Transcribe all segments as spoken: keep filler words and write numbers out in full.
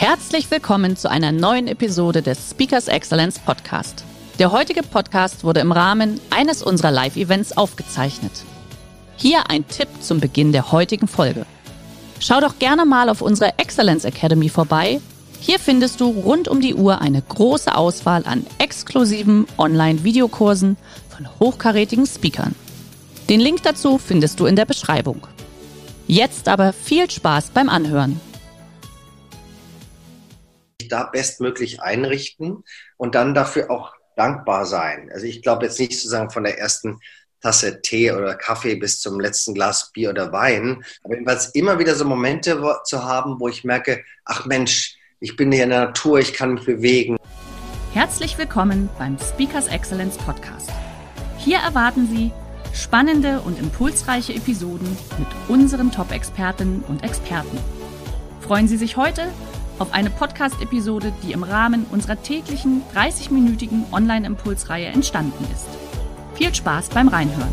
Herzlich willkommen zu einer neuen Episode des Speakers Excellence Podcast. Der heutige Podcast wurde im Rahmen eines unserer Live-Events aufgezeichnet. Hier ein Tipp zum Beginn der heutigen Folge. Schau doch gerne mal auf unserer Excellence Academy vorbei. Hier findest du rund um die Uhr eine große Auswahl an exklusiven Online-Videokursen von hochkarätigen Speakern. Den Link dazu findest du in der Beschreibung. Jetzt aber viel Spaß beim Anhören. Da bestmöglich einrichten und dann dafür auch dankbar sein. Also ich glaube jetzt nicht sozusagen von der ersten Tasse Tee oder Kaffee bis zum letzten Glas Bier oder Wein, aber jedenfalls immer wieder so Momente zu haben, wo ich merke, ach Mensch, ich bin hier in der Natur, ich kann mich bewegen. Herzlich willkommen beim Speakers Excellence Podcast. Hier erwarten Sie spannende und impulsreiche Episoden mit unseren Top-Expertinnen und Experten. Freuen Sie sich heute auf eine Podcast-Episode, die im Rahmen unserer täglichen dreißig-minütigen Online-Impulsreihe entstanden ist. Viel Spaß beim Reinhören.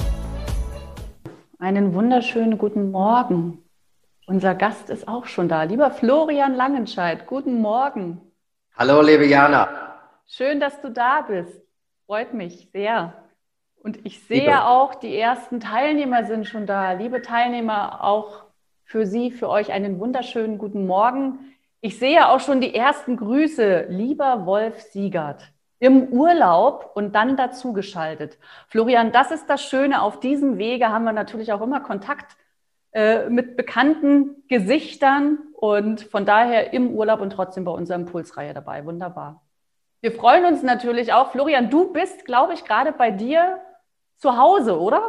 Einen wunderschönen guten Morgen. Unser Gast ist auch schon da. Lieber Florian Langenscheidt, guten Morgen. Hallo, liebe Jana. Schön, dass du da bist. Freut mich sehr. Und ich sehe Liebe. auch, die ersten Teilnehmer sind schon da. Liebe Teilnehmer, auch für Sie, für euch einen wunderschönen guten Morgen. Ich sehe auch schon die ersten Grüße. Lieber Wolf Siegert, im Urlaub und dann dazu geschaltet. Florian, das ist das Schöne. Auf diesem Wege haben wir natürlich auch immer Kontakt äh, mit bekannten Gesichtern und von daher im Urlaub und trotzdem bei unserer Impulsreihe dabei. Wunderbar. Wir freuen uns natürlich auch. Florian, du bist, glaube ich, gerade bei dir zu Hause, oder?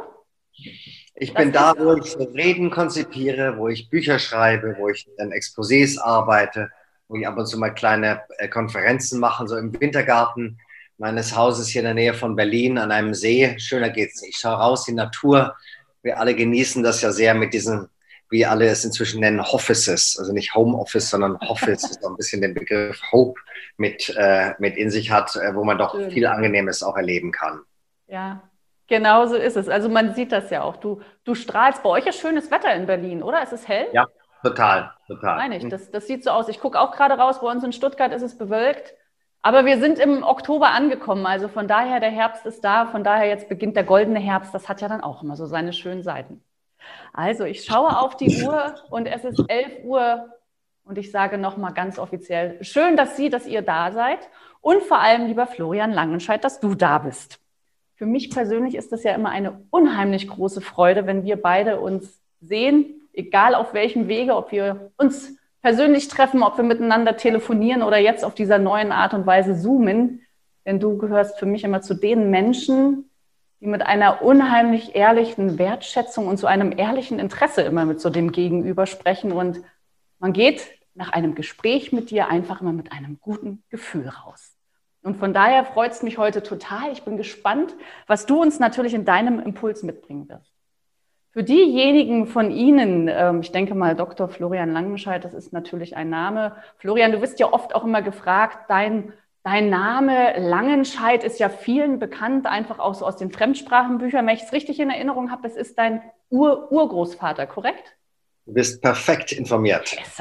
Ich bin Das da, wo ich Reden konzipiere, wo ich Bücher schreibe, wo ich an Exposés arbeite, wo ich ab und zu mal kleine äh, Konferenzen mache, so im Wintergarten meines Hauses hier in der Nähe von Berlin an einem See. Schöner geht's nicht. Ich schaue raus, die Natur. Wir alle genießen das ja sehr mit diesen, wie alle es inzwischen nennen, Offices. Also nicht Homeoffice, sondern Office, das so ein bisschen den Begriff Hope mit, äh, mit in sich hat, äh, wo man doch Schön. viel Angenehmes auch erleben kann. Ja. Genau so ist es. Also man sieht das ja auch. Du, du strahlst. Bei euch ist schönes Wetter in Berlin, oder? Ist es hell? Ja, total, total. Meine ich. Das, das sieht so aus. Ich gucke auch gerade raus. Bei uns in Stuttgart ist es bewölkt. Aber wir sind im Oktober angekommen. Also von daher, der Herbst ist da. Von daher, jetzt beginnt der goldene Herbst. Das hat ja dann auch immer so seine schönen Seiten. Also ich schaue auf die Uhr und es ist elf Uhr. Und ich sage nochmal ganz offiziell, schön, dass Sie, dass ihr da seid. Und vor allem, lieber Florian Langenscheidt, dass du da bist. Für mich persönlich ist das ja immer eine unheimlich große Freude, wenn wir beide uns sehen, egal auf welchem Wege, ob wir uns persönlich treffen, ob wir miteinander telefonieren oder jetzt auf dieser neuen Art und Weise zoomen. Denn du gehörst für mich immer zu den Menschen, die mit einer unheimlich ehrlichen Wertschätzung und so einem ehrlichen Interesse immer mit so dem Gegenüber sprechen. Und man geht nach einem Gespräch mit dir einfach immer mit einem guten Gefühl raus. Und von daher freut es mich heute total. Ich bin gespannt, was du uns natürlich in deinem Impuls mitbringen wirst. Für diejenigen von Ihnen, ähm, ich denke mal Doktor Florian Langenscheidt, das ist natürlich ein Name. Florian, du wirst ja oft auch immer gefragt, dein, dein Name Langenscheidt ist ja vielen bekannt, einfach auch so aus den Fremdsprachenbüchern. Wenn ich es richtig in Erinnerung habe, es ist dein Ur Urgroßvater, korrekt? Du bist perfekt informiert. Yes.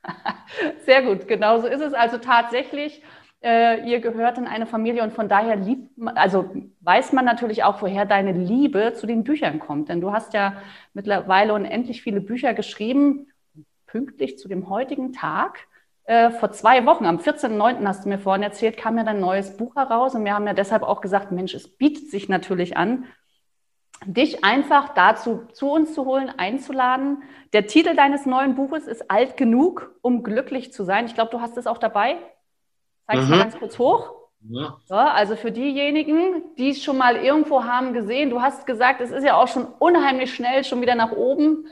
Sehr gut, genau so ist es. Also tatsächlich, Äh, ihr gehört in eine Familie und von daher liebt, also weiß man natürlich auch, woher deine Liebe zu den Büchern kommt. Denn du hast ja mittlerweile unendlich viele Bücher geschrieben, pünktlich zu dem heutigen Tag. Äh, vor zwei Wochen, am vierzehnten neunten hast du mir vorhin erzählt, kam ja dein neues Buch heraus und wir haben ja deshalb auch gesagt, Mensch, es bietet sich natürlich an, dich einfach dazu zu uns zu holen, einzuladen. Der Titel deines neuen Buches ist Alt genug, um glücklich zu sein. Ich glaube, du hast es auch dabei. Zeig's mal ganz kurz hoch. Ja. Ja, also für diejenigen, die es schon mal irgendwo haben gesehen, du hast gesagt, es ist ja auch schon unheimlich schnell schon wieder nach oben.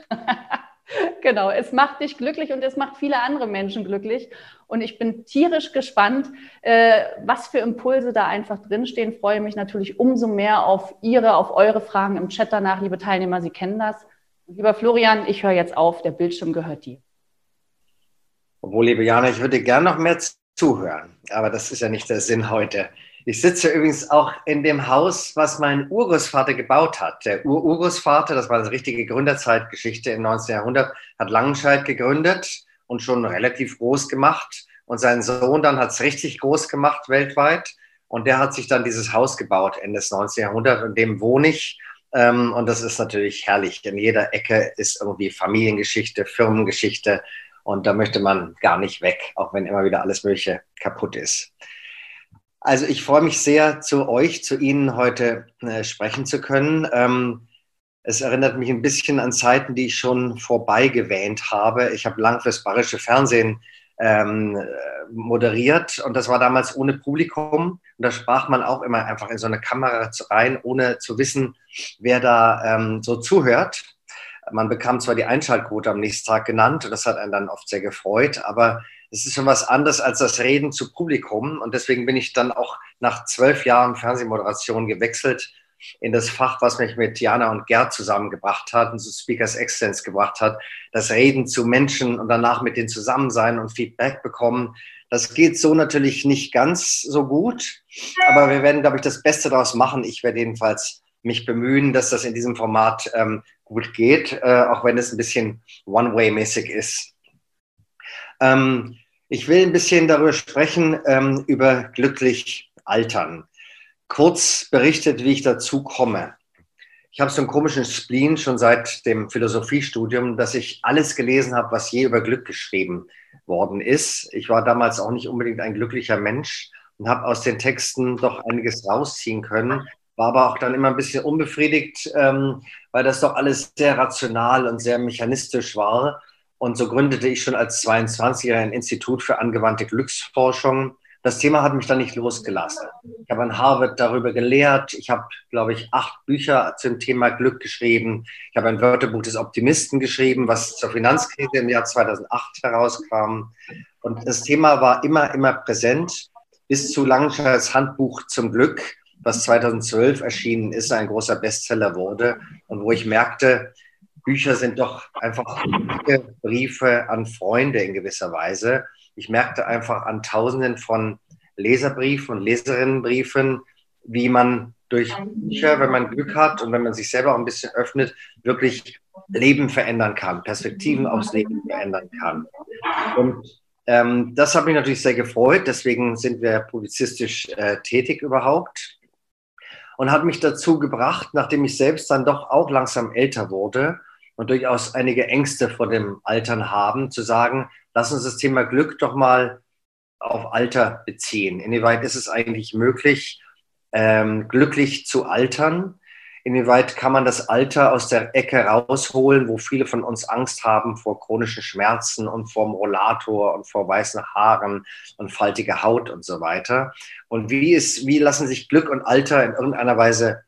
Genau, es macht dich glücklich und es macht viele andere Menschen glücklich. Und ich bin tierisch gespannt, äh, was für Impulse da einfach drinstehen. Freue mich natürlich umso mehr auf Ihre, auf eure Fragen im Chat danach, liebe Teilnehmer, Sie kennen das. Und lieber Florian, ich höre jetzt auf, der Bildschirm gehört dir. Obwohl, liebe Jana, ich würde gerne noch mehr zuhören, aber das ist ja nicht der Sinn heute. Ich sitze übrigens auch in dem Haus, was mein Urgroßvater gebaut hat. Der Ur-Urgroßvater, das war eine richtige Gründerzeitgeschichte im neunzehnten Jahrhundert, hat Langenscheidt gegründet und schon relativ groß gemacht. Und sein Sohn dann hat es richtig groß gemacht weltweit. Und der hat sich dann dieses Haus gebaut, Ende des neunzehnten Jahrhunderts, in dem wohne ich. Ähm, und das ist natürlich herrlich. In jeder Ecke ist irgendwie Familiengeschichte, Firmengeschichte. Und da möchte man gar nicht weg, auch wenn immer wieder alles Mögliche kaputt ist. Also ich freue mich sehr, zu euch, zu Ihnen heute äh, sprechen zu können. Ähm, es erinnert mich ein bisschen an Zeiten, die ich schon vorbeigewähnt habe. Ich habe lang fürs Bayerische Fernsehen ähm, moderiert und das war damals ohne Publikum. Und da sprach man auch immer einfach in so eine Kamera rein, ohne zu wissen, wer da ähm, so zuhört. Man bekam zwar die Einschaltquote am nächsten Tag genannt und das hat einen dann oft sehr gefreut, aber es ist schon was anderes als das Reden zu Publikum und deswegen bin ich dann auch nach zwölf Jahren Fernsehmoderation gewechselt in das Fach, was mich mit Jana und Gerd zusammengebracht hat und zu Speakers Excellence gebracht hat. Das Reden zu Menschen und danach mit denen zusammen sein und Feedback bekommen. Das geht so natürlich nicht ganz so gut, aber wir werden, glaube ich, das Beste daraus machen. Ich werde jedenfalls mich bemühen, dass das in diesem Format ähm, gut geht, äh, auch wenn es ein bisschen One-Way-mäßig ist. Ähm, ich will ein bisschen darüber sprechen, ähm, über glücklich altern. Kurz berichtet, wie ich dazu komme. Ich habe so einen komischen Spleen schon seit dem Philosophiestudium, dass ich alles gelesen habe, was je über Glück geschrieben worden ist. Ich war damals auch nicht unbedingt ein glücklicher Mensch und habe aus den Texten doch einiges rausziehen können, war aber auch dann immer ein bisschen unbefriedigt, ähm, weil das doch alles sehr rational und sehr mechanistisch war. Und so gründete ich schon als zweiundzwanziger ein Institut für angewandte Glücksforschung. Das Thema hat mich dann nicht losgelassen. Ich habe an Harvard darüber gelehrt. Ich habe, glaube ich, acht Bücher zum Thema Glück geschrieben. Ich habe ein Wörterbuch des Optimisten geschrieben, was zur Finanzkrise im Jahr zweitausendacht herauskam. Und das Thema war immer, immer präsent, bis zu Langenscheid's Handbuch zum Glück, was zweitausendzwölf erschienen ist, ein großer Bestseller wurde und wo ich merkte, Bücher sind doch einfach Briefe an Freunde in gewisser Weise. Ich merkte einfach an Tausenden von Leserbriefen und Leserinnenbriefen, wie man durch Bücher, wenn man Glück hat und wenn man sich selber auch ein bisschen öffnet, wirklich Leben verändern kann, Perspektiven aufs Leben verändern kann. Und ähm, das hat mich natürlich sehr gefreut, deswegen sind wir publizistisch äh, tätig überhaupt. Und hat mich dazu gebracht, nachdem ich selbst dann doch auch langsam älter wurde und durchaus einige Ängste vor dem Altern haben, zu sagen, lass uns das Thema Glück doch mal auf Alter beziehen. Inwieweit ist es eigentlich möglich, ähm, glücklich zu altern? Inwieweit kann man das Alter aus der Ecke rausholen, wo viele von uns Angst haben vor chronischen Schmerzen und vor dem Rollator und vor weißen Haaren und faltiger Haut und so weiter? Und wie, ist, wie lassen sich Glück und Alter in irgendeiner Weise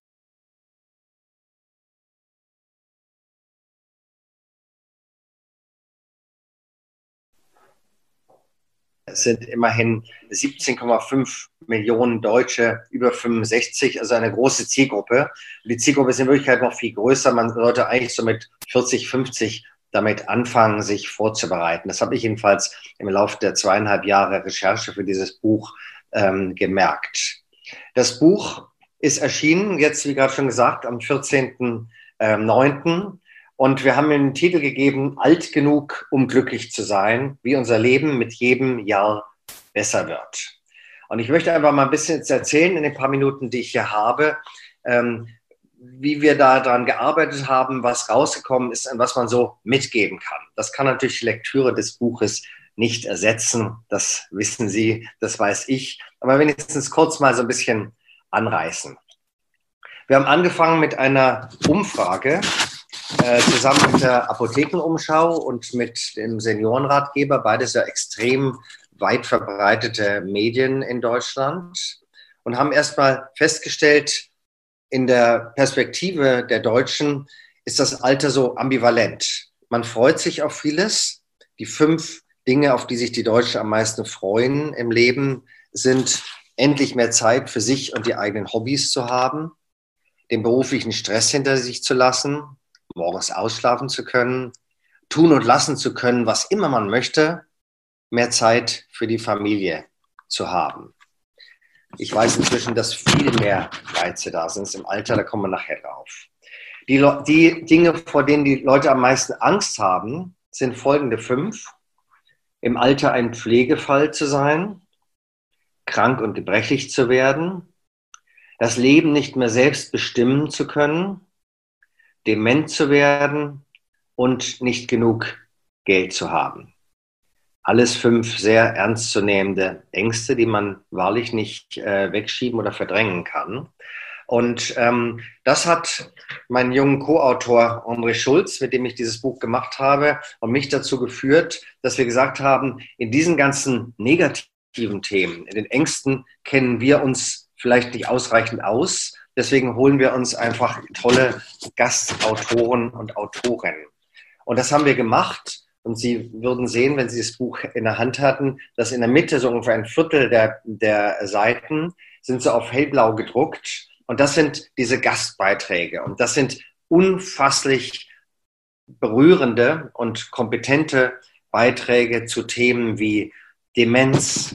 Es sind immerhin siebzehn Komma fünf Millionen Deutsche über fünfundsechzig, also eine große Zielgruppe. Die Zielgruppe ist in Wirklichkeit noch viel größer. Man sollte eigentlich so mit vierzig, fünfzig damit anfangen, sich vorzubereiten. Das habe ich jedenfalls im Laufe der zweieinhalb Jahre Recherche für dieses Buch ähm, gemerkt. Das Buch ist erschienen, jetzt wie gerade schon gesagt, am vierzehnten neunten Und wir haben ihm den Titel gegeben, Alt genug, um glücklich zu sein, wie unser Leben mit jedem Jahr besser wird. Und ich möchte einfach mal ein bisschen jetzt erzählen in den paar Minuten, die ich hier habe, ähm, wie wir da dran gearbeitet haben, was rausgekommen ist und was man so mitgeben kann. Das kann natürlich die Lektüre des Buches nicht ersetzen. Das wissen Sie, das weiß ich. Aber wenigstens kurz mal so ein bisschen anreißen. Wir haben angefangen mit einer Umfrage, Äh, zusammen mit der Apothekenumschau und mit dem Seniorenratgeber, beides ja extrem weit verbreitete Medien in Deutschland, und haben erstmal festgestellt, in der Perspektive der Deutschen ist das Alter so ambivalent. Man freut sich auf vieles. Die fünf Dinge, auf die sich die Deutschen am meisten freuen im Leben, sind endlich mehr Zeit für sich und die eigenen Hobbys zu haben, den beruflichen Stress hinter sich zu lassen, morgens ausschlafen zu können, tun und lassen zu können, was immer man möchte, mehr Zeit für die Familie zu haben. Ich weiß inzwischen, dass viel mehr Reize da sind im Alter, da kommen wir nachher drauf. Die, die Dinge, vor denen die Leute am meisten Angst haben, sind folgende fünf. im Alter ein Pflegefall zu sein, krank und gebrechlich zu werden, das Leben nicht mehr selbst bestimmen zu können, dement zu werden und nicht genug Geld zu haben. Alles fünf sehr ernstzunehmende Ängste, die man wahrlich nicht äh, wegschieben oder verdrängen kann. Und ähm, das hat meinen jungen Co-Autor André Schulz, mit dem ich dieses Buch gemacht habe, und mich dazu geführt, dass wir gesagt haben, in diesen ganzen negativen Themen, in den Ängsten kennen wir uns vielleicht nicht ausreichend aus. Deswegen holen wir uns einfach tolle Gastautoren und Autorinnen. Und das haben wir gemacht. Und Sie würden sehen, wenn Sie das Buch in der Hand hatten, dass in der Mitte so ungefähr ein Viertel der, der Seiten sind so auf hellblau gedruckt. Und das sind diese Gastbeiträge. Und das sind unfasslich berührende und kompetente Beiträge zu Themen wie Demenz,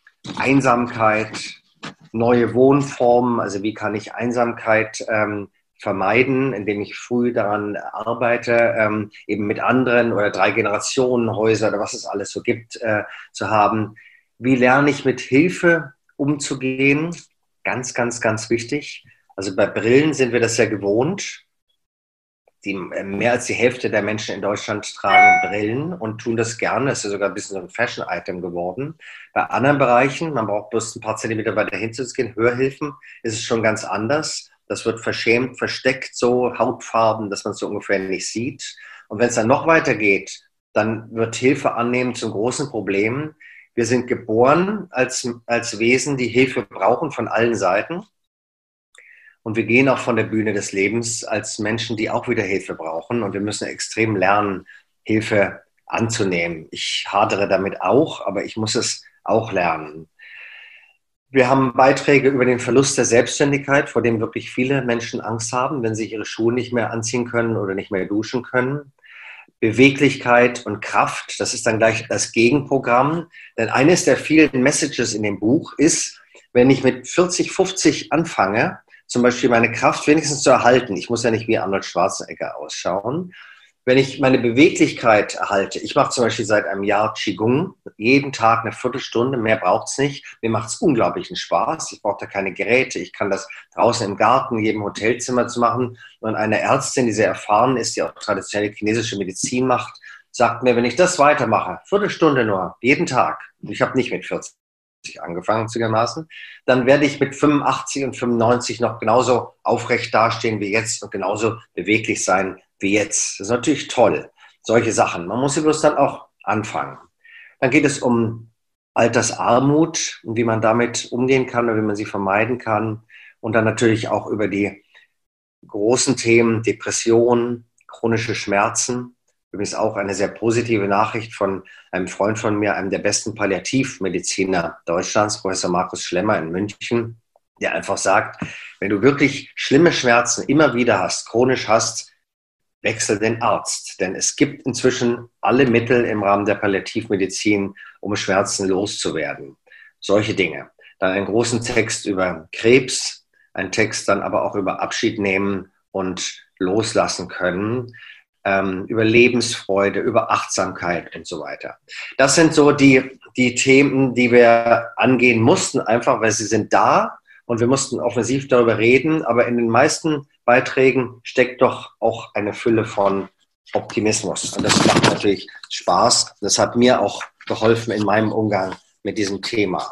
Einsamkeit, neue Wohnformen. Also wie kann ich Einsamkeit ähm, vermeiden, indem ich früh daran arbeite, ähm, eben mit anderen oder drei Generationenhäuser oder was es alles so gibt, äh, zu haben. Wie lerne ich mit Hilfe umzugehen? Ganz, ganz, ganz wichtig. Also bei Brillen sind wir das ja gewohnt. Die, äh, mehr als die Hälfte der Menschen in Deutschland tragen Brillen und tun das gerne. Das ist ja sogar ein bisschen so ein Fashion-Item geworden. Bei anderen Bereichen, man braucht bloß ein paar Zentimeter weiter hinzugehen, Hörhilfen, ist es schon ganz anders. Das wird verschämt, versteckt, so Hautfarben, dass man es so ungefähr nicht sieht. Und wenn es dann noch weiter geht, dann wird Hilfe annehmen zum großen Problem. Wir sind geboren als, als Wesen, die Hilfe brauchen von allen Seiten. Und wir gehen auch von der Bühne des Lebens als Menschen, die auch wieder Hilfe brauchen. Und wir müssen extrem lernen, Hilfe anzunehmen. Ich hadere damit auch, aber ich muss es auch lernen. Wir haben Beiträge über den Verlust der Selbstständigkeit, vor dem wirklich viele Menschen Angst haben, wenn sie ihre Schuhe nicht mehr anziehen können oder nicht mehr duschen können. Beweglichkeit und Kraft, das ist dann gleich das Gegenprogramm. Denn eines der vielen Messages in dem Buch ist, wenn ich mit vierzig, fünfzig anfange, zum Beispiel meine Kraft wenigstens zu erhalten, ich muss ja nicht wie Arnold Schwarzenegger ausschauen, wenn ich meine Beweglichkeit erhalte, ich mache zum Beispiel seit einem Jahr Qigong, jeden Tag eine Viertelstunde, mehr braucht es nicht. Mir macht es unglaublichen Spaß, ich brauche da keine Geräte, ich kann das draußen im Garten, in jedem Hotelzimmer zu machen. Und eine Ärztin, die sehr erfahren ist, die auch traditionelle chinesische Medizin macht, sagt mir, wenn ich das weitermache, Viertelstunde nur, jeden Tag, und ich habe nicht mit vierzig angefangen zugegebenermaßen, dann werde ich mit fünfundachtzig und fünfundneunzig noch genauso aufrecht dastehen wie jetzt und genauso beweglich sein wie jetzt. Das ist natürlich toll, solche Sachen. Man muss sie bloß dann auch anfangen. Dann geht es um Altersarmut und wie man damit umgehen kann oder wie man sie vermeiden kann. Und dann natürlich auch über die großen Themen Depression, chronische Schmerzen. Übrigens auch eine sehr positive Nachricht von einem Freund von mir, einem der besten Palliativmediziner Deutschlands, Professor Markus Schlemmer in München, der einfach sagt, wenn du wirklich schlimme Schmerzen immer wieder hast, chronisch hast, wechsel den Arzt. Denn es gibt inzwischen alle Mittel im Rahmen der Palliativmedizin, um Schmerzen loszuwerden. Solche Dinge. Dann einen großen Text über Krebs, einen Text dann aber auch über Abschied nehmen und loslassen können, ähm, über Lebensfreude, über Achtsamkeit und so weiter. Das sind so die, die Themen, die wir angehen mussten, einfach weil sie sind da und wir mussten offensiv darüber reden, aber in den meisten Beiträgen steckt doch auch eine Fülle von Optimismus. Und das macht natürlich Spaß. Das hat mir auch geholfen in meinem Umgang mit diesem Thema.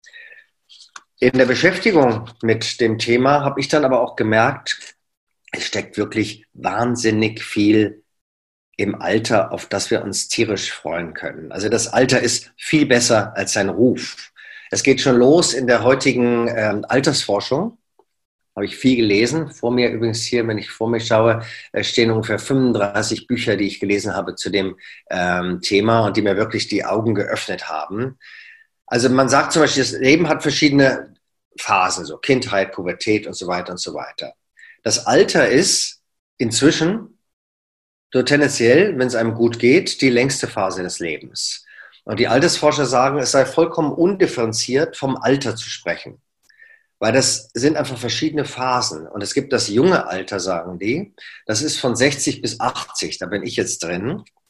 In der Beschäftigung mit dem Thema habe ich dann aber auch gemerkt, es steckt wirklich wahnsinnig viel im Alter, auf das wir uns tierisch freuen können. Also das Alter ist viel besser als sein Ruf. Es geht schon los in der heutigen äh, Altersforschung. Habe ich viel gelesen. Vor mir übrigens hier, wenn ich vor mir schaue, stehen ungefähr fünfunddreißig Bücher, die ich gelesen habe zu dem ähm, Thema und die mir wirklich die Augen geöffnet haben. Also man sagt zum Beispiel, das Leben hat verschiedene Phasen, so Kindheit, Pubertät und so weiter und so weiter. Das Alter ist inzwischen so tendenziell, wenn es einem gut geht, die längste Phase des Lebens. Und die Altersforscher sagen, es sei vollkommen undifferenziert, vom Alter zu sprechen. Weil das sind einfach verschiedene Phasen. Und es gibt das junge Alter, sagen die. Das ist von sechzig bis achtzig, da bin ich jetzt drin.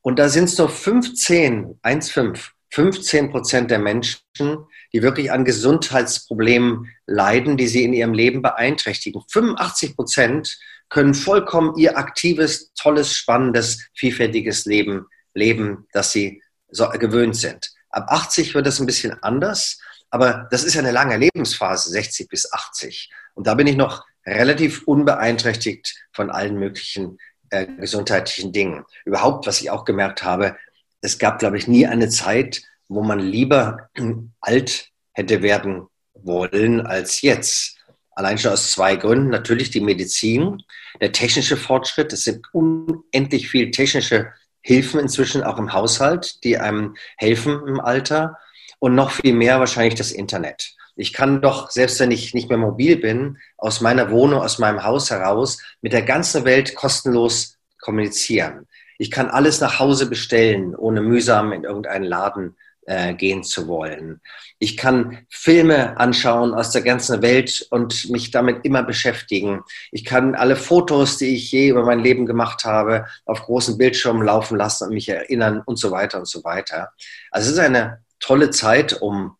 Und da sind es nur fünfzehn, eins Komma fünf, fünfzehn Prozent der Menschen, die wirklich an Gesundheitsproblemen leiden, die sie in ihrem Leben beeinträchtigen. fünfundachtzig Prozent können vollkommen ihr aktives, tolles, spannendes, vielfältiges Leben leben, das sie so gewöhnt sind. Ab achtzig wird es ein bisschen anders, aber das ist ja eine lange Lebensphase, sechzig bis achtzig. Und da bin ich noch relativ unbeeinträchtigt von allen möglichen äh, gesundheitlichen Dingen. Überhaupt, was ich auch gemerkt habe, es gab, glaube ich, nie eine Zeit, wo man lieber alt hätte werden wollen als jetzt. Allein schon aus zwei Gründen. Natürlich die Medizin, der technische Fortschritt. Es sind unendlich viele technische Hilfen inzwischen auch im Haushalt, die einem helfen im Alter. Und noch viel mehr wahrscheinlich das Internet. Ich kann doch, selbst wenn ich nicht mehr mobil bin, aus meiner Wohnung, aus meinem Haus heraus mit der ganzen Welt kostenlos kommunizieren. Ich kann alles nach Hause bestellen, ohne mühsam in irgendeinen Laden äh, gehen zu wollen. Ich kann Filme anschauen aus der ganzen Welt und mich damit immer beschäftigen. Ich kann alle Fotos, die ich je über mein Leben gemacht habe, auf großen Bildschirmen laufen lassen und mich erinnern und so weiter und so weiter. Also es ist eine tolle Zeit, um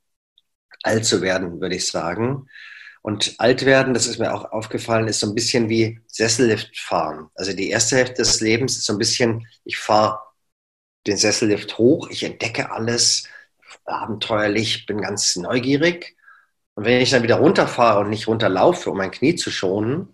alt zu werden, würde ich sagen. Und alt werden, das ist mir auch aufgefallen, ist so ein bisschen wie Sessellift fahren. Also die erste Hälfte des Lebens ist so ein bisschen, ich fahre den Sessellift hoch, ich entdecke alles, abenteuerlich, bin ganz neugierig. Und wenn ich dann wieder runterfahre und nicht runterlaufe, um mein Knie zu schonen,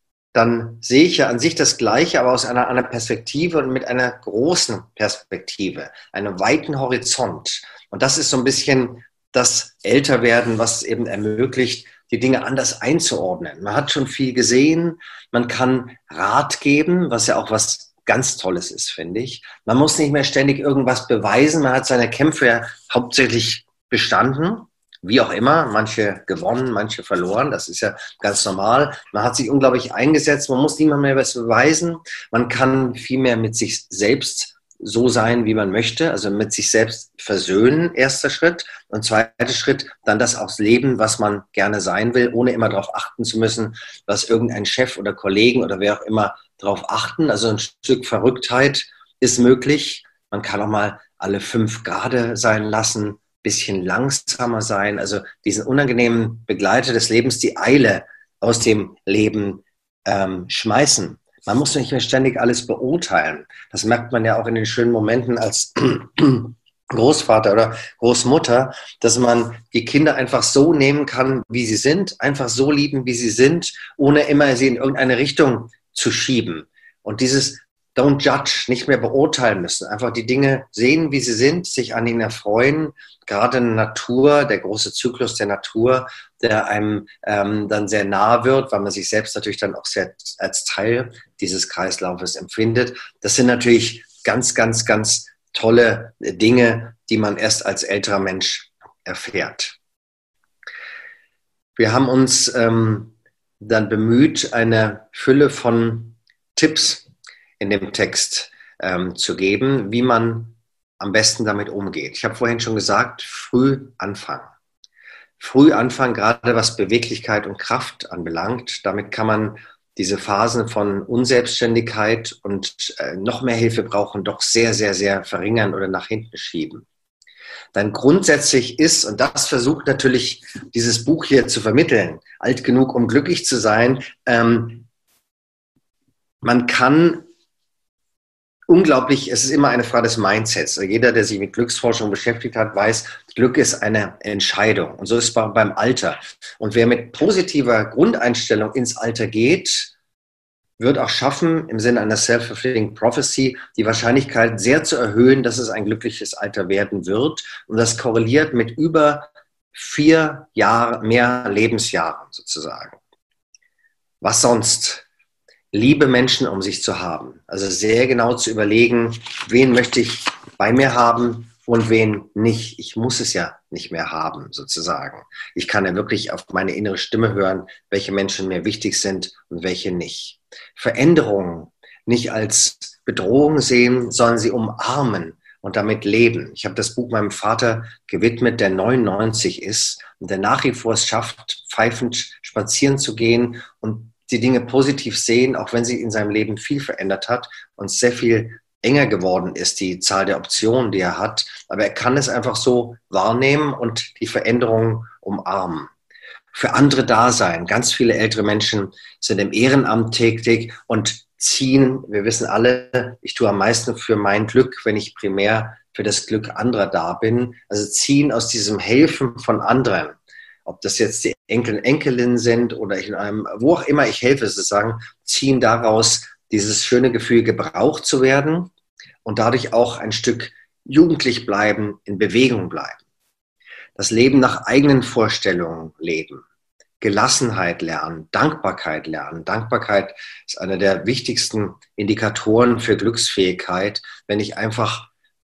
dann sehe ich ja an sich das Gleiche, aber aus einer anderen Perspektive und mit einer großen Perspektive, einem weiten Horizont. Und das ist so ein bisschen das Älterwerden, was eben ermöglicht, die Dinge anders einzuordnen. Man hat schon viel gesehen, man kann Rat geben, was ja auch was ganz Tolles ist, finde ich. Man muss nicht mehr ständig irgendwas beweisen, man hat seine Kämpfe ja hauptsächlich bestanden, wie auch immer, manche gewonnen, manche verloren, das ist ja ganz normal. Man hat sich unglaublich eingesetzt, man muss niemand mehr was beweisen, man kann viel mehr mit sich selbst so sein, wie man möchte, also mit sich selbst versöhnen, erster Schritt. Und zweiter Schritt, dann das auch leben, was man gerne sein will, ohne immer darauf achten zu müssen, was irgendein Chef oder Kollegen oder wer auch immer darauf achten. Also ein Stück Verrücktheit ist möglich. Man kann auch mal alle fünf Grade sein lassen, bisschen langsamer sein, also diesen unangenehmen Begleiter des Lebens, die Eile aus dem Leben ähm, schmeißen. Man muss nicht mehr ständig alles beurteilen. Das merkt man ja auch in den schönen Momenten als Großvater oder Großmutter, dass man die Kinder einfach so nehmen kann, wie sie sind, einfach so lieben, wie sie sind, ohne immer sie in irgendeine Richtung zu schieben. Und dieses Don't judge, nicht mehr beurteilen müssen, einfach die Dinge sehen, wie sie sind, sich an ihnen erfreuen. Gerade in der Natur, der große Zyklus der Natur, der einem ähm, dann sehr nahe wird, weil man sich selbst natürlich dann auch sehr als Teil dieses Kreislaufes empfindet. Das sind natürlich ganz, ganz, ganz tolle Dinge, die man erst als älterer Mensch erfährt. Wir haben uns ähm, dann bemüht, eine Fülle von Tipps in dem Text ähm, zu geben, wie man am besten damit umgeht. Ich habe vorhin schon gesagt, früh anfangen. Früh anfangen, gerade was Beweglichkeit und Kraft anbelangt. Damit kann man diese Phasen von Unselbstständigkeit und äh, noch mehr Hilfe brauchen, doch sehr, sehr, sehr verringern oder nach hinten schieben. Dann grundsätzlich ist, und das versucht natürlich dieses Buch hier zu vermitteln, alt genug, um glücklich zu sein, ähm, man kann unglaublich, es ist immer eine Frage des Mindsets. Jeder, der sich mit Glücksforschung beschäftigt hat, weiß, Glück ist eine Entscheidung. Und so ist es beim Alter. Und wer mit positiver Grundeinstellung ins Alter geht, wird auch schaffen, im Sinne einer self-fulfilling prophecy, die Wahrscheinlichkeit sehr zu erhöhen, dass es ein glückliches Alter werden wird. Und das korreliert mit über vier Jahre, mehr Lebensjahren sozusagen. Was sonst? Liebe Menschen um sich zu haben. Also sehr genau zu überlegen, wen möchte ich bei mir haben und wen nicht. Ich muss es ja nicht mehr haben, sozusagen. Ich kann ja wirklich auf meine innere Stimme hören, welche Menschen mir wichtig sind und welche nicht. Veränderungen nicht als Bedrohung sehen, sondern sie umarmen und damit leben. Ich habe das Buch meinem Vater gewidmet, der neunundneunzig ist und der nach wie vor es schafft, pfeifend spazieren zu gehen und die Dinge positiv sehen, auch wenn sie in seinem Leben viel verändert hat und sehr viel enger geworden ist, die Zahl der Optionen, die er hat. Aber er kann es einfach so wahrnehmen und die Veränderungen umarmen. Für andere da sein. Ganz viele ältere Menschen sind im Ehrenamt tätig und ziehen, wir wissen alle, ich tue am meisten für mein Glück, wenn ich primär für das Glück anderer da bin. Also ziehen aus diesem Helfen von anderen. Ob das jetzt die Enkel und Enkelinnen sind oder ich in einem, wo auch immer ich helfe, sozusagen, ziehen daraus dieses schöne Gefühl, gebraucht zu werden und dadurch auch ein Stück jugendlich bleiben, in Bewegung bleiben. Das Leben nach eigenen Vorstellungen leben. Gelassenheit lernen, Dankbarkeit lernen. Dankbarkeit ist einer der wichtigsten Indikatoren für Glücksfähigkeit, wenn ich einfach,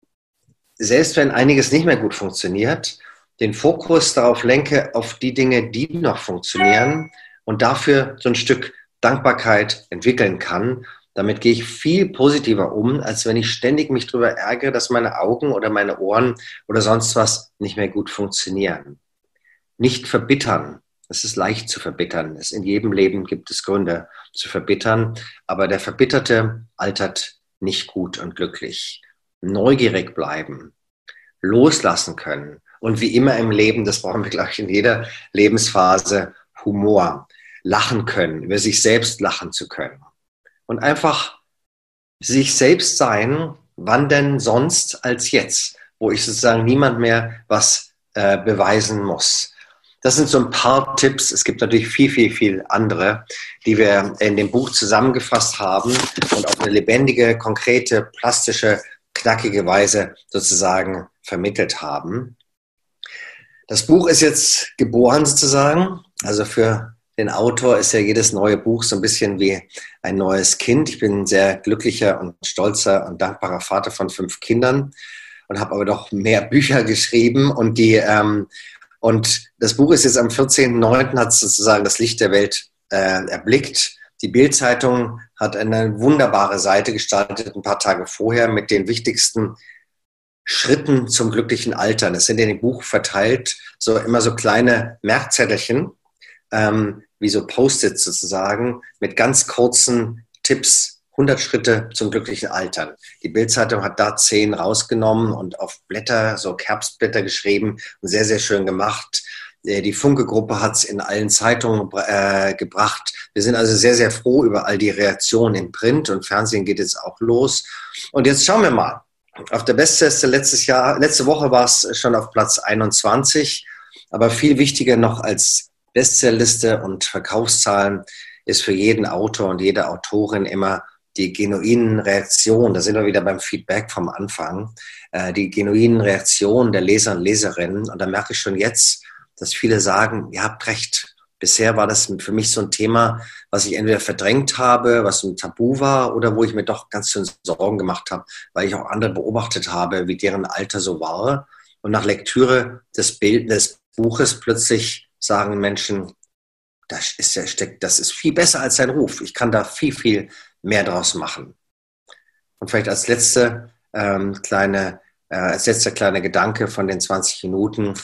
selbst wenn einiges nicht mehr gut funktioniert, den Fokus darauf lenke, auf die Dinge, die noch funktionieren und dafür so ein Stück Dankbarkeit entwickeln kann. Damit gehe ich viel positiver um, als wenn ich ständig mich darüber ärgere, dass meine Augen oder meine Ohren oder sonst was nicht mehr gut funktionieren. Nicht verbittern. Es ist leicht zu verbittern. Es in jedem Leben gibt es Gründe zu verbittern, aber der Verbitterte altert nicht gut und glücklich. Neugierig bleiben, loslassen können und wie immer im Leben, das brauchen wir, glaube ich, in jeder Lebensphase, Humor, lachen können, über sich selbst lachen zu können und einfach sich selbst sein, wann denn sonst als jetzt, wo ich sozusagen niemand mehr was äh, beweisen muss. Das sind so ein paar Tipps. Es gibt natürlich viel, viel, viel andere, die wir in dem Buch zusammengefasst haben und auf eine lebendige, konkrete, plastische, knackige Weise sozusagen vermittelt haben. Das Buch ist jetzt geboren sozusagen. Also für den Autor ist ja jedes neue Buch so ein bisschen wie ein neues Kind. Ich bin ein sehr glücklicher und stolzer und dankbarer Vater von fünf Kindern und habe aber doch mehr Bücher geschrieben und die ähm, Und das Buch ist jetzt am vierzehnten neunten hat sozusagen das Licht der Welt äh, erblickt. Die Bild-Zeitung hat eine wunderbare Seite gestaltet, ein paar Tage vorher, mit den wichtigsten Schritten zum glücklichen Altern. Es sind in dem Buch verteilt, so immer so kleine Merkzettelchen, ähm, wie so Post-its sozusagen, mit ganz kurzen Tipps, hundert Schritte zum glücklichen Altern. Die Bild-Zeitung hat da zehn rausgenommen und auf Blätter, so Herbstblätter geschrieben und sehr, sehr schön gemacht. Die Funke-Gruppe hat es in allen Zeitungen äh, gebracht. Wir sind also sehr, sehr froh über all die Reaktionen in Print und Fernsehen geht jetzt auch los. Und jetzt schauen wir mal. Auf der Bestliste letztes Jahr, letzte Woche war es schon auf Platz einundzwanzig, aber viel wichtiger noch als Bestsellerliste und Verkaufszahlen ist für jeden Autor und jede Autorin immer die genuinen Reaktionen, da sind wir wieder beim Feedback vom Anfang, äh, die genuinen Reaktionen der Leser und Leserinnen. Und da merke ich schon jetzt, dass viele sagen, ihr habt recht. Bisher war das für mich so ein Thema, was ich entweder verdrängt habe, was ein Tabu war oder wo ich mir doch ganz schön Sorgen gemacht habe, weil ich auch andere beobachtet habe, wie deren Alter so war. Und nach Lektüre des, Bild, des Buches plötzlich sagen Menschen, das ist, ja, steckt, das ist viel besser als sein Ruf. Ich kann da viel, viel mehr draus machen. Und vielleicht als letzte ähm, kleine, äh, als letzter kleiner Gedanke von den zwanzig Minuten.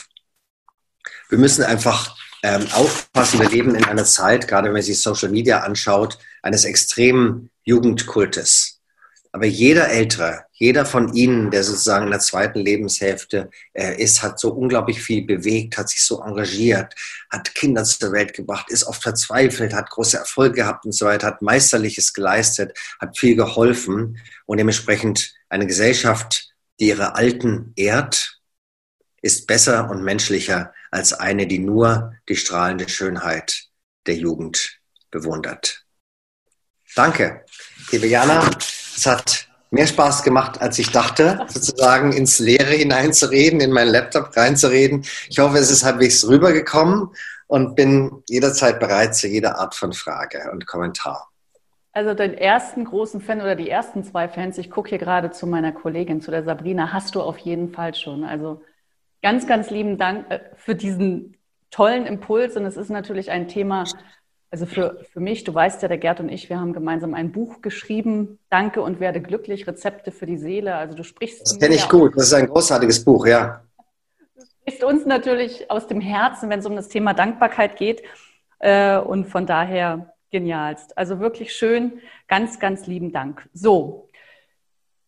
Wir müssen einfach ähm, aufpassen. Wir leben in einer Zeit, gerade wenn man sich Social Media anschaut, eines extremen Jugendkultes. Aber jeder Ältere, jeder von Ihnen, der sozusagen in der zweiten Lebenshälfte äh, ist, hat so unglaublich viel bewegt, hat sich so engagiert, hat Kinder zur Welt gebracht, ist oft verzweifelt, hat große Erfolge gehabt und so weiter, hat Meisterliches geleistet, hat viel geholfen und dementsprechend eine Gesellschaft, die ihre Alten ehrt, ist besser und menschlicher als eine, die nur die strahlende Schönheit der Jugend bewundert. Danke, liebe Jana. Es hat mehr Spaß gemacht, als ich dachte, sozusagen ins Leere hineinzureden, in meinen Laptop reinzureden. Ich hoffe, es ist halbwegs rübergekommen und bin jederzeit bereit zu jeder Art von Frage und Kommentar. Also den ersten großen Fan oder die ersten zwei Fans, ich gucke hier gerade zu meiner Kollegin, zu der Sabrina, hast du auf jeden Fall schon. Also ganz, ganz lieben Dank für diesen tollen Impuls. Und es ist natürlich ein Thema, also für, für mich, du weißt ja, der Gerd und ich, wir haben gemeinsam ein Buch geschrieben, Danke und werde glücklich, Rezepte für die Seele. Also du sprichst... Das kenne ich gut, das ist ein großartiges Buch, ja. Du sprichst uns natürlich aus dem Herzen, wenn es um das Thema Dankbarkeit geht. Und von daher genialst. Also wirklich schön, ganz, ganz lieben Dank. So,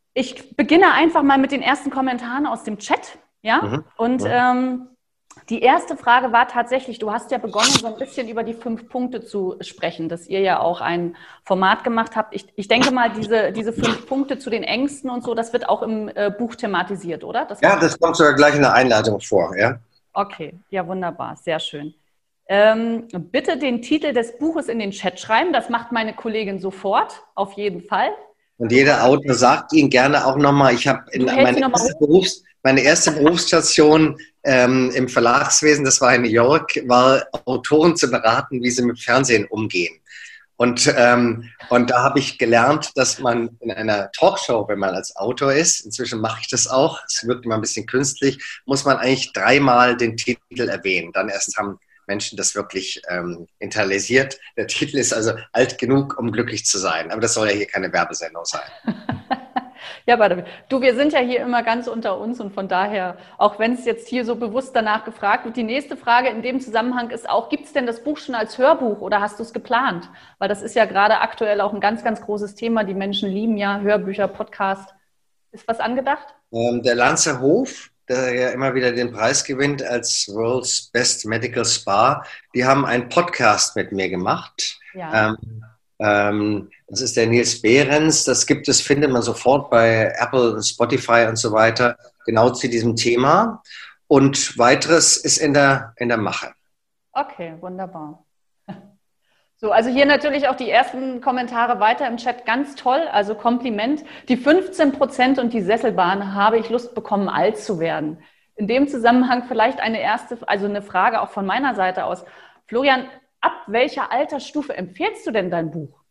Ich beginne einfach mal mit den ersten Kommentaren aus dem Chat. Ja? Mhm. Und ähm, die erste Frage war tatsächlich, du hast ja begonnen, so ein bisschen über die fünf Punkte zu sprechen, dass ihr ja auch ein Format gemacht habt. Ich, ich denke mal, diese, diese fünf Punkte zu den Ängsten und so, das wird auch im äh, Buch thematisiert, oder? Das ja, das kommt sogar gleich in der Einleitung vor. Ja? Okay, ja wunderbar, sehr schön. Ähm, bitte den Titel des Buches in den Chat schreiben, das macht meine Kollegin sofort, auf jeden Fall. Und jeder Autor sagt Ihnen gerne auch nochmal, ich habe in meine erste, Berufs-, meine erste Berufsstation ähm, im Verlagswesen, das war in New York, war Autoren zu beraten, wie sie mit Fernsehen umgehen. Und, ähm, und da habe ich gelernt, dass man in einer Talkshow, wenn man als Autor ist, inzwischen mache ich das auch, es wirkt immer ein bisschen künstlich, muss man eigentlich dreimal den Titel erwähnen. Dann erst haben Menschen das wirklich ähm, internalisiert. Der Titel ist also alt genug, um glücklich zu sein. Aber das soll ja hier keine Werbesendung sein. Ja, warte. Du, wir sind ja hier immer ganz unter uns und von daher, auch wenn es jetzt hier so bewusst danach gefragt wird, die nächste Frage in dem Zusammenhang ist auch, gibt es denn das Buch schon als Hörbuch oder hast du es geplant? Weil das ist ja gerade aktuell auch ein ganz, ganz großes Thema. Die Menschen lieben ja Hörbücher, Podcast. Ist was angedacht? Ähm, der Lanzer Hof, der ja immer wieder den Preis gewinnt als World's Best Medical Spa, die haben einen Podcast mit mir gemacht. Ja. Ähm, ähm, das ist der Nils Behrens. Das gibt es, findet man sofort bei Apple, Spotify und so weiter, genau zu diesem Thema. Und weiteres ist in der, in der Mache. Okay, wunderbar. So, also hier natürlich auch die ersten Kommentare weiter im Chat. Ganz toll, also Kompliment. Die fünfzehn Prozent und die Sesselbahn habe ich Lust bekommen, alt zu werden. In dem Zusammenhang vielleicht eine erste, also eine Frage auch von meiner Seite aus. Florian, ab welcher Altersstufe empfiehlst du denn dein Buch?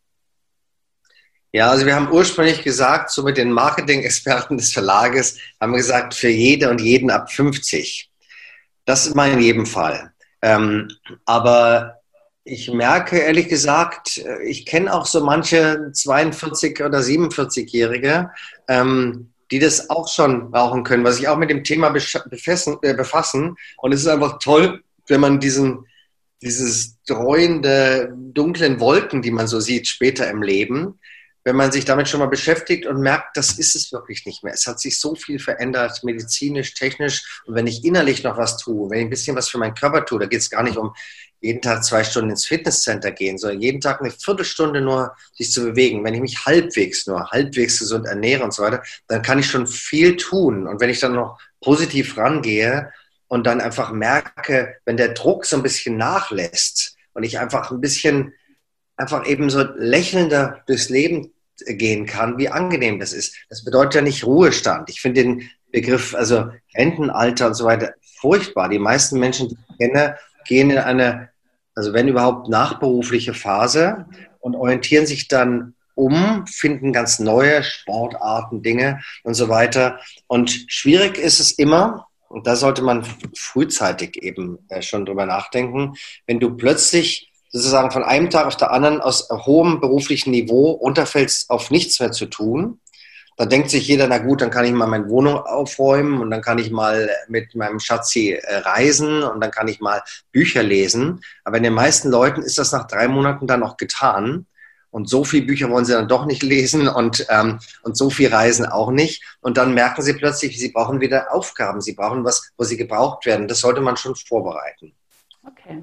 Ja, also wir haben ursprünglich gesagt, so mit den Marketing-Experten des Verlages, haben wir gesagt, für jede und jeden ab fünfzig. Das ist mal in jedem Fall. Ähm, aber ich merke, ehrlich gesagt, ich kenne auch so manche zweiundvierzig- oder siebenundvierzig-Jährige, ähm, die das auch schon rauchen können, was sich auch mit dem Thema befassen, äh, befassen. Und es ist einfach toll, wenn man diesen, dieses dreuende, dunklen Wolken, die man so sieht später im Leben, wenn man sich damit schon mal beschäftigt und merkt, das ist es wirklich nicht mehr. Es hat sich so viel verändert, medizinisch, technisch. Und wenn ich innerlich noch was tue, wenn ich ein bisschen was für meinen Körper tue, da geht es gar nicht um jeden Tag zwei Stunden ins Fitnesscenter gehen, sondern jeden Tag eine Viertelstunde nur sich zu bewegen. Wenn ich mich halbwegs nur, halbwegs gesund ernähre und so weiter, dann kann ich schon viel tun. Und wenn ich dann noch positiv rangehe und dann einfach merke, wenn der Druck so ein bisschen nachlässt und ich einfach ein bisschen, einfach eben so lächelnder durchs Leben gehen kann, wie angenehm das ist. Das bedeutet ja nicht Ruhestand. Ich finde den Begriff, also Rentenalter und so weiter, furchtbar. Die meisten Menschen, die ich kenne, gehen in eine, also wenn überhaupt, nachberufliche Phase und orientieren sich dann um, finden ganz neue Sportarten, Dinge und so weiter. Und schwierig ist es immer, und da sollte man frühzeitig eben schon drüber nachdenken, wenn du plötzlich sozusagen von einem Tag auf den anderen aus hohem beruflichen Niveau runterfällst, auf nichts mehr zu tun, dann denkt sich jeder, na gut, dann kann ich mal meine Wohnung aufräumen und dann kann ich mal mit meinem Schatzi reisen und dann kann ich mal Bücher lesen. Aber in den meisten Leuten ist das nach drei Monaten dann auch getan. Und so viele Bücher wollen sie dann doch nicht lesen und, ähm, und so viel reisen auch nicht. Und dann merken sie plötzlich, sie brauchen wieder Aufgaben. Sie brauchen was, wo sie gebraucht werden. Das sollte man schon vorbereiten. Okay.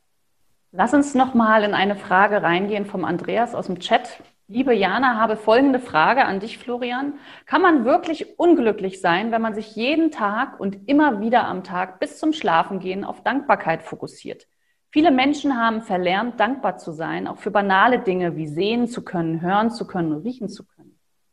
Lass uns noch mal in eine Frage reingehen vom Andreas aus dem Chat. Liebe Jana, habe folgende Frage an dich, Florian. Kann man wirklich unglücklich sein, wenn man sich jeden Tag und immer wieder am Tag bis zum Schlafengehen auf Dankbarkeit fokussiert? Viele Menschen haben verlernt, dankbar zu sein, auch für banale Dinge wie sehen zu können, hören zu können, riechen zu können.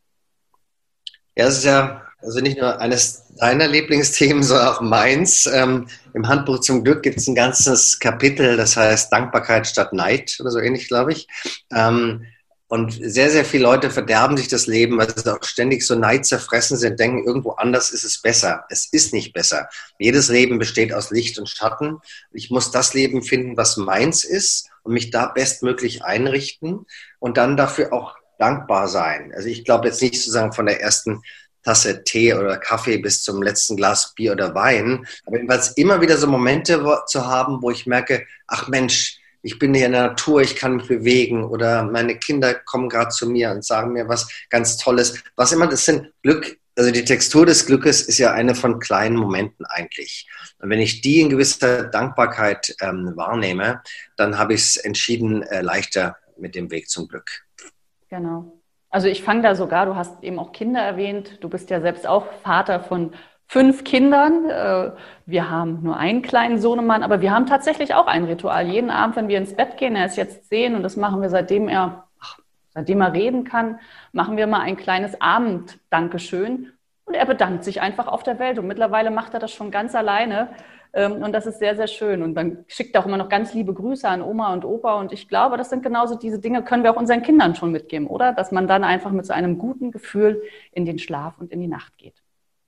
Ja, es ist ja also nicht nur eines deiner Lieblingsthemen, sondern auch meins. Ähm, Im Handbuch zum Glück gibt es ein ganzes Kapitel, das heißt Dankbarkeit statt Neid oder so ähnlich, glaube ich. Ähm, Und sehr, sehr viele Leute verderben sich das Leben, weil sie auch ständig so neidzerfressen sind, denken, irgendwo anders ist es besser. Es ist nicht besser. Jedes Leben besteht aus Licht und Schatten. Ich muss das Leben finden, was meins ist und mich da bestmöglich einrichten und dann dafür auch dankbar sein. Also ich glaube jetzt nicht sozusagen von der ersten Tasse Tee oder Kaffee bis zum letzten Glas Bier oder Wein, aber jedenfalls immer wieder so Momente zu haben, wo ich merke, ach Mensch, ich bin hier in der Natur, ich kann mich bewegen oder meine Kinder kommen gerade zu mir und sagen mir was ganz Tolles. Was immer, das sind Glück, also die Textur des Glückes ist ja eine von kleinen Momenten eigentlich. Und wenn ich die in gewisser Dankbarkeit ähm, wahrnehme, dann habe ich es entschieden äh, leichter mit dem Weg zum Glück. Genau. Also ich fange da sogar, du hast eben auch Kinder erwähnt, du bist ja selbst auch Vater von fünf Kindern. Wir haben nur einen kleinen Sohnemann, aber wir haben tatsächlich auch ein Ritual. Jeden Abend, wenn wir ins Bett gehen, er ist jetzt zehn und das machen wir, seitdem er, ach, seitdem er reden kann, machen wir mal ein kleines Abend-Dankeschön. Und er bedankt sich einfach auf der Welt. Und mittlerweile macht er das schon ganz alleine. Und das ist sehr, sehr schön. Und dann schickt er auch immer noch ganz liebe Grüße an Oma und Opa. Und ich glaube, das sind genauso diese Dinge, können wir auch unseren Kindern schon mitgeben, oder? Dass man dann einfach mit so einem guten Gefühl in den Schlaf und in die Nacht geht.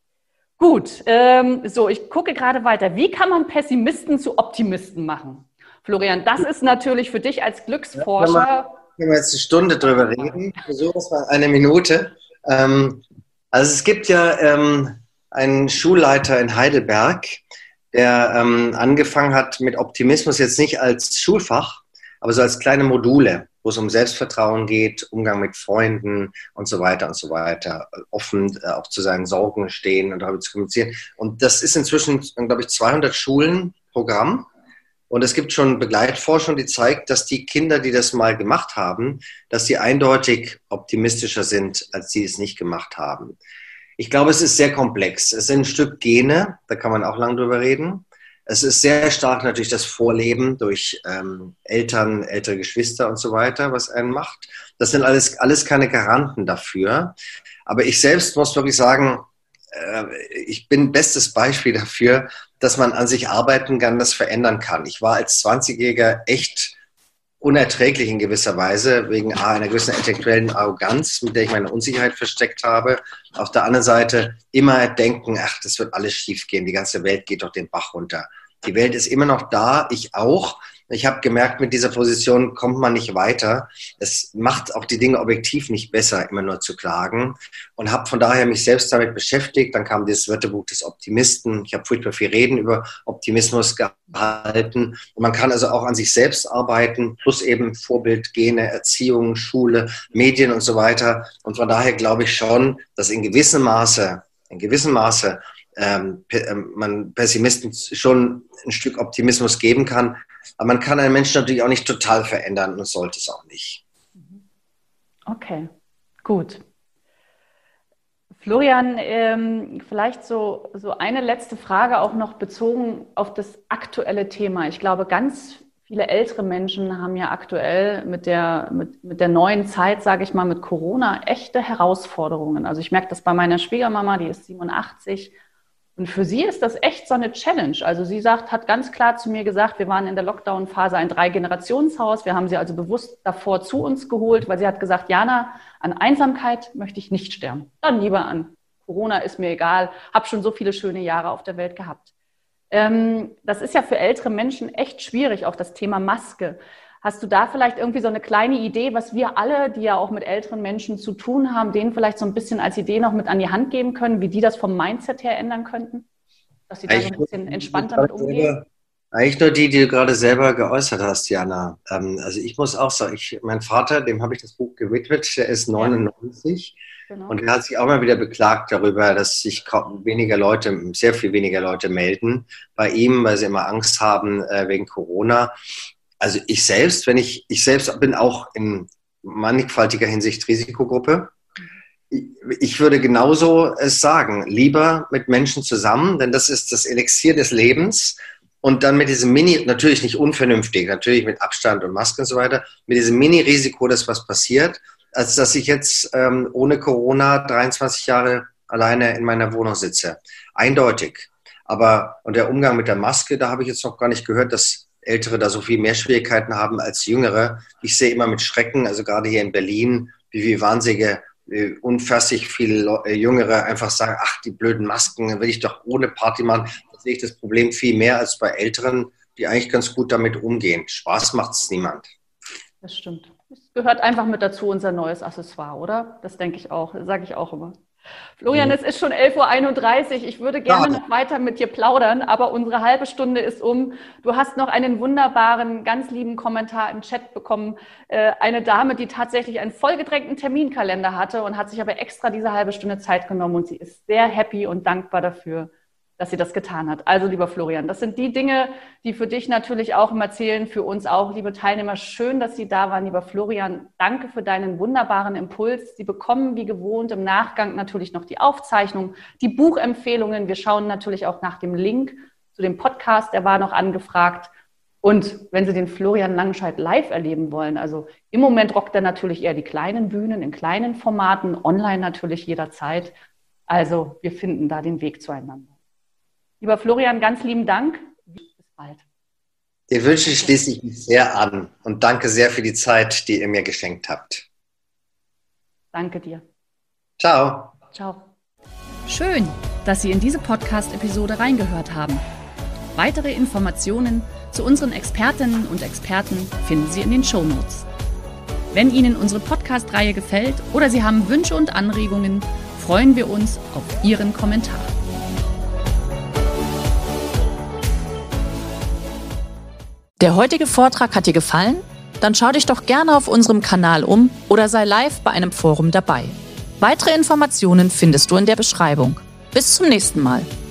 Gut, ähm, so, ich gucke gerade weiter. Wie kann man Pessimisten zu Optimisten machen? Florian, das ist natürlich für dich als Glücksforscher... Ja, können wir jetzt eine Stunde drüber reden. So, das war eine Minute. Ähm, also es gibt ja ähm, einen Schulleiter in Heidelberg, der ähm, angefangen hat mit Optimismus, jetzt nicht als Schulfach, aber so als kleine Module, wo es um Selbstvertrauen geht, Umgang mit Freunden und so weiter und so weiter, offen äh, auch zu seinen Sorgen stehen und darüber zu kommunizieren. Und das ist inzwischen, glaube ich, zweihundert Schulen Programm. Und es gibt schon Begleitforschung, die zeigt, dass die Kinder, die das mal gemacht haben, dass sie eindeutig optimistischer sind, als die es nicht gemacht haben. Ich glaube, es ist sehr komplex. Es sind ein Stück Gene, da kann man auch lang drüber reden. Es ist sehr stark natürlich das Vorleben durch ähm, Eltern, ältere Geschwister und so weiter, was einen macht. Das sind alles, alles keine Garanten dafür. Aber ich selbst muss wirklich sagen, äh, ich bin bestes Beispiel dafür, dass man an sich arbeiten kann, das verändern kann. Ich war als zwanzigjähriger echt unerträglich in gewisser Weise, wegen einer gewissen intellektuellen Arroganz, mit der ich meine Unsicherheit versteckt habe. Auf der anderen Seite immer denken, ach, das wird alles schief gehen, die ganze Welt geht doch den Bach runter. Die Welt ist immer noch da, ich auch. Ich habe gemerkt, mit dieser Position kommt man nicht weiter. Es macht auch die Dinge objektiv nicht besser, immer nur zu klagen. Und habe von daher mich selbst damit beschäftigt. Dann kam dieses Wörterbuch des Optimisten. Ich habe furchtbar viel Reden über Optimismus gehalten. Und man kann also auch an sich selbst arbeiten, plus eben Vorbild, Gene, Erziehung, Schule, Medien und so weiter. Und von daher glaube ich schon, dass in gewissem Maße, in gewissem Maße ähm, man Pessimisten schon ein Stück Optimismus geben kann. Aber man kann einen Menschen natürlich auch nicht total verändern und sollte es auch nicht. Okay, gut. Florian, ähm, vielleicht so, so eine letzte Frage auch noch bezogen auf das aktuelle Thema. Ich glaube, ganz viele ältere Menschen haben ja aktuell mit der, mit, mit der neuen Zeit, sage ich mal, mit Corona echte Herausforderungen. Also ich merke das bei meiner Schwiegermama, die ist siebenundachtzig. Und für sie ist das echt so eine Challenge. Also sie sagt, hat ganz klar zu mir gesagt, wir waren in der Lockdown-Phase ein Drei-Generationshaus. Wir haben sie also bewusst davor zu uns geholt, weil sie hat gesagt, Jana, an Einsamkeit möchte ich nicht sterben. Dann lieber an Corona, ist mir egal. Habe schon so viele schöne Jahre auf der Welt gehabt. Ähm, das ist ja für ältere Menschen echt schwierig, auch das Thema Maske. Hast du da vielleicht irgendwie so eine kleine Idee, was wir alle, die ja auch mit älteren Menschen zu tun haben, denen vielleicht so ein bisschen als Idee noch mit an die Hand geben können, wie die das vom Mindset her ändern könnten? Dass sie da so ein bisschen entspannter mit umgehen? Eigentlich nur die, die du gerade selber geäußert hast, Jana. Ähm, also ich muss auch sagen, ich, mein Vater, dem habe ich das Buch gewidmet, der ist neunundneunzig. Ja, genau. Und er hat sich auch mal wieder beklagt darüber, dass sich weniger Leute, sehr viel weniger Leute melden bei ihm, weil sie immer Angst haben äh, wegen Corona. Also ich selbst, wenn ich, ich selbst bin auch in mannigfaltiger Hinsicht Risikogruppe. Ich würde genauso es sagen, lieber mit Menschen zusammen, denn das ist das Elixier des Lebens. Und dann mit diesem Mini, natürlich nicht unvernünftig, natürlich mit Abstand und Maske und so weiter, mit diesem Mini-Risiko, dass was passiert, als dass ich jetzt ähm, ohne Corona dreiundzwanzig Jahre alleine in meiner Wohnung sitze. Eindeutig. Aber, und der Umgang mit der Maske, da habe ich jetzt noch gar nicht gehört, dass Ältere da so viel mehr Schwierigkeiten haben als Jüngere. Ich sehe immer mit Schrecken, also gerade hier in Berlin, wie viel wahnsinnige, unfasslich viele Jüngere einfach sagen, ach, die blöden Masken, will ich doch ohne Party machen. Da sehe ich das Problem viel mehr als bei Älteren, die eigentlich ganz gut damit umgehen. Spaß macht es niemand. Das stimmt. Es gehört einfach mit dazu, unser neues Accessoire, oder? Das denke ich auch, das sage ich auch immer. Florian, es ist schon elf Uhr einunddreißig. Ich würde gerne Ja. noch weiter mit dir plaudern, aber unsere halbe Stunde ist um. Du hast noch einen wunderbaren, ganz lieben Kommentar im Chat bekommen. Äh, eine Dame, die tatsächlich einen vollgedrängten Terminkalender hatte und hat sich aber extra diese halbe Stunde Zeit genommen und sie ist sehr happy und dankbar dafür, dass sie das getan hat. Also, lieber Florian, das sind die Dinge, die für dich natürlich auch immer zählen, für uns auch, liebe Teilnehmer. Schön, dass Sie da waren, lieber Florian. Danke für deinen wunderbaren Impuls. Sie bekommen wie gewohnt im Nachgang natürlich noch die Aufzeichnung, die Buchempfehlungen. Wir schauen natürlich auch nach dem Link zu dem Podcast, der war noch angefragt. Und wenn Sie den Florian Langenscheidt live erleben wollen, also im Moment rockt er natürlich eher die kleinen Bühnen in kleinen Formaten, online natürlich jederzeit. Also wir finden da den Weg zueinander. Lieber Florian, ganz lieben Dank. Bis bald. Den Wünschen schließe ich mich sehr an und danke sehr für die Zeit, die ihr mir geschenkt habt. Danke dir. Ciao. Ciao. Schön, dass Sie in diese Podcast-Episode reingehört haben. Weitere Informationen zu unseren Expertinnen und Experten finden Sie in den Shownotes. Wenn Ihnen unsere Podcast-Reihe gefällt oder Sie haben Wünsche und Anregungen, freuen wir uns auf Ihren Kommentar. Der heutige Vortrag hat dir gefallen? Dann schau dich doch gerne auf unserem Kanal um oder sei live bei einem Forum dabei. Weitere Informationen findest du in der Beschreibung. Bis zum nächsten Mal.